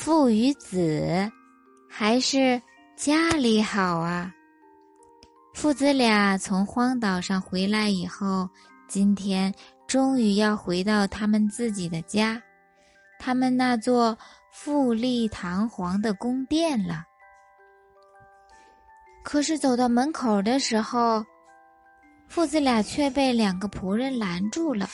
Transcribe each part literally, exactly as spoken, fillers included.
父与子，还是家里好啊？父子俩从荒岛上回来以后，今天终于要回到他们自己的家，他们那座富丽堂皇的宫殿了。可是走到门口的时候，父子俩却被两个仆人拦住了。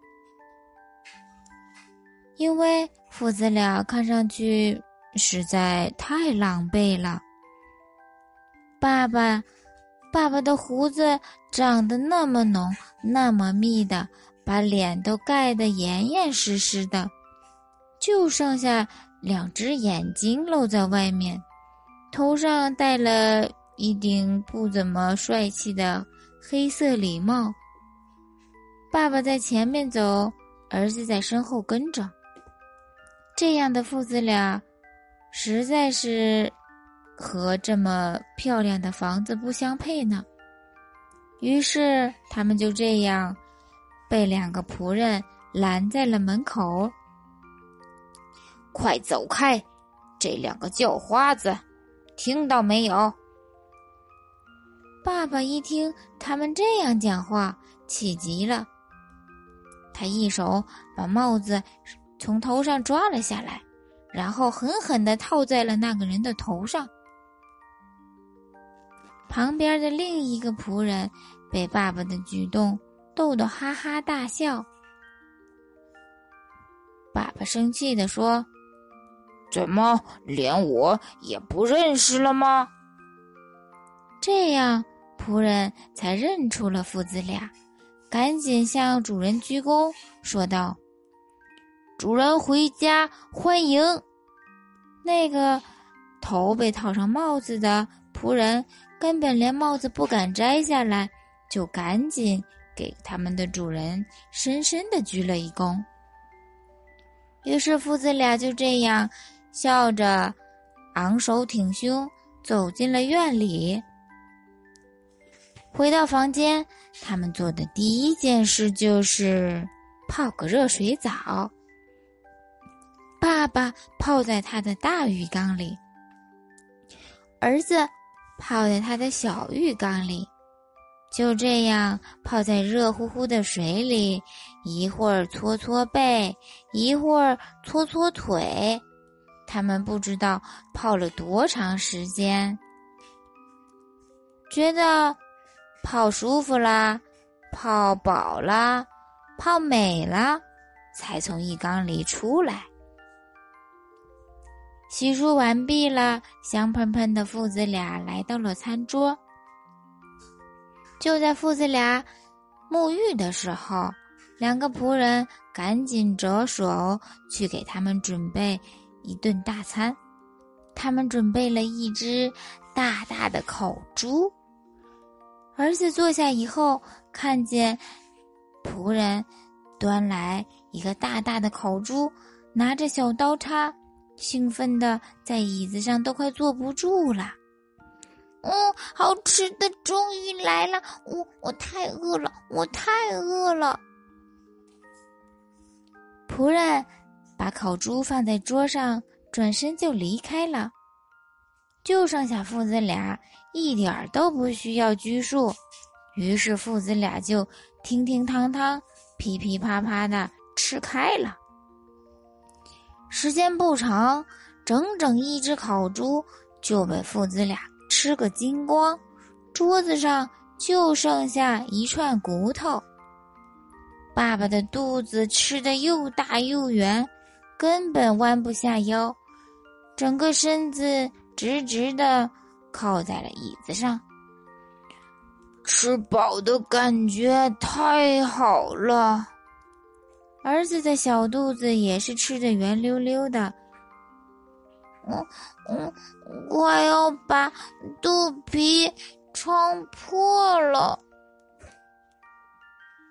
因为父子俩看上去实在太狼狈了。爸爸，爸爸的胡子长得那么浓，那么密的，把脸都盖得严严实实的，就剩下两只眼睛露在外面，头上戴了一顶不怎么帅气的黑色礼帽。爸爸在前面走，儿子在身后跟着。这样的父子俩实在是和这么漂亮的房子不相配呢。于是他们就这样被两个仆人拦在了门口。快走开，这两个叫花子，听到没有？爸爸一听他们这样讲话，气急了，他一手把帽子从头上抓了下来，然后狠狠地套在了那个人的头上。旁边的另一个仆人被爸爸的举动逗得哈哈大笑。爸爸生气地说：怎么连我也不认识了吗？这样仆人才认出了父子俩，赶紧向主人鞠躬，说道：主人回家欢迎。那个头被套上帽子的仆人根本连帽子不敢摘下来，就赶紧给他们的主人深深地鞠了一躬。于是父子俩就这样笑着昂首挺胸走进了院里。回到房间，他们做的第一件事就是泡个热水澡。爸爸泡在他的大浴缸里，儿子泡在他的小浴缸里，就这样泡在热乎乎的水里，一会儿搓搓背，一会儿搓搓腿，他们不知道泡了多长时间。觉得泡舒服啦，泡饱啦，泡美啦，才从浴缸里出来。洗漱完毕了，香喷喷的父子俩来到了餐桌。就在父子俩沐浴的时候，两个仆人赶紧着手去给他们准备一顿大餐。他们准备了一只大大的烤猪。儿子坐下以后，看见仆人端来一个大大的烤猪，拿着小刀叉，兴奋的在椅子上都快坐不住了。嗯，好吃的终于来了，我我太饿了，我太饿了。仆人把烤猪放在桌上，转身就离开了。就剩下父子俩一点儿都不需要拘束，于是父子俩就厅厅堂堂、噼噼啪啪的吃开了。时间不长，整整一只烤猪就被父子俩吃个精光，桌子上就剩下一串骨头。爸爸的肚子吃得又大又圆，根本弯不下腰，整个身子直直地靠在了椅子上。吃饱的感觉太好了。儿子的小肚子也是吃得圆溜溜的，嗯嗯，快要把肚皮撑破了。